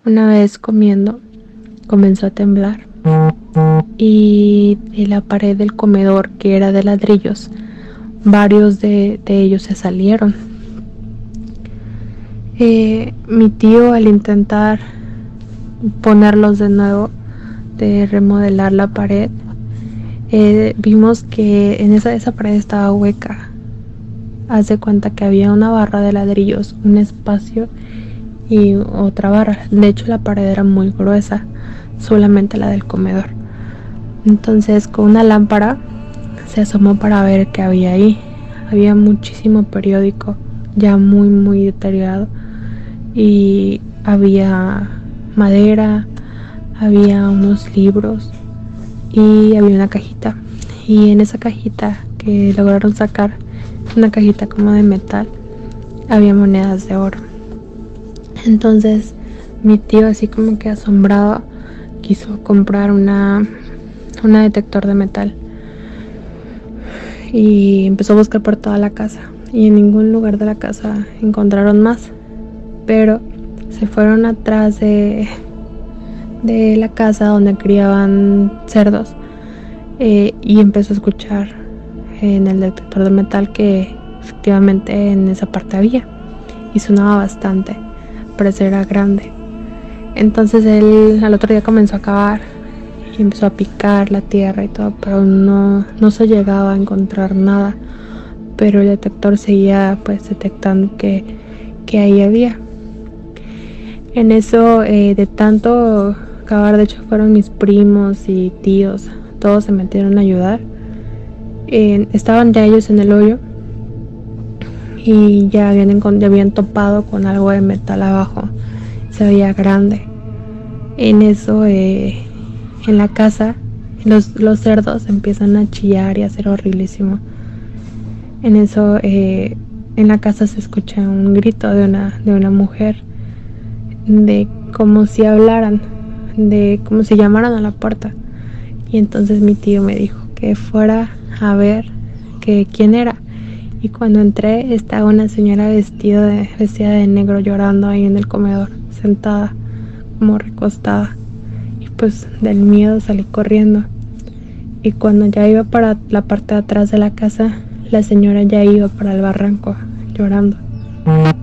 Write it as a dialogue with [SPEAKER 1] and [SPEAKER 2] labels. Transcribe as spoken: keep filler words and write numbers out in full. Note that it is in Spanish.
[SPEAKER 1] Una vez comiendo, comenzó a temblar y de la pared del comedor, que era de ladrillos, varios de, de ellos se salieron. Eh, mi tío, al intentar ponerlos de nuevo, de remodelar la pared, eh, vimos que en esa, esa pared estaba hueca. Haz de cuenta que había una barra de ladrillos, un espacio y otra barra. De hecho, la pared era muy gruesa, solamente la del comedor. Entonces, con una lámpara se asomó para ver qué había ahí. Había muchísimo periódico, ya muy muy deteriorado, y había madera, había unos libros y había una cajita. Y en esa cajita que lograron sacar, una cajita como de metal, había monedas de oro. Entonces mi tío, así como que asombrado, quiso comprar una, una detector de metal y empezó a buscar por toda la casa, y en ningún lugar de la casa encontraron más. Pero se fueron atrás de, de la casa donde criaban cerdos, eh, y empezó a escuchar en el detector de metal que efectivamente en esa parte había, y sonaba bastante, pero era grande. Entonces él al otro día comenzó a cavar y empezó a picar la tierra y todo, pero no, no se llegaba a encontrar nada. Pero el detector seguía pues detectando que, que ahí había. En eso, eh, de tanto cavar, de hecho fueron mis primos y tíos, todos se metieron a ayudar. Eh, estaban ya ellos en el hoyo y ya habían, ya habían topado con algo de metal abajo, se veía grande. En eso, eh, en la casa, los, los cerdos empiezan a chillar y a ser horriblísimo. En eso, eh, en la casa se escucha un grito de una, de una mujer, de como si hablaran, de como si llamaran a la puerta. Y entonces mi tío me dijo que fuera a ver que quién era. Y cuando entré, estaba una señora vestida de, vestida de negro llorando ahí en el comedor, sentada, como recostada. Y pues del miedo salí corriendo. Y cuando ya iba para la parte de atrás de la casa, la señora ya iba para el barranco, llorando.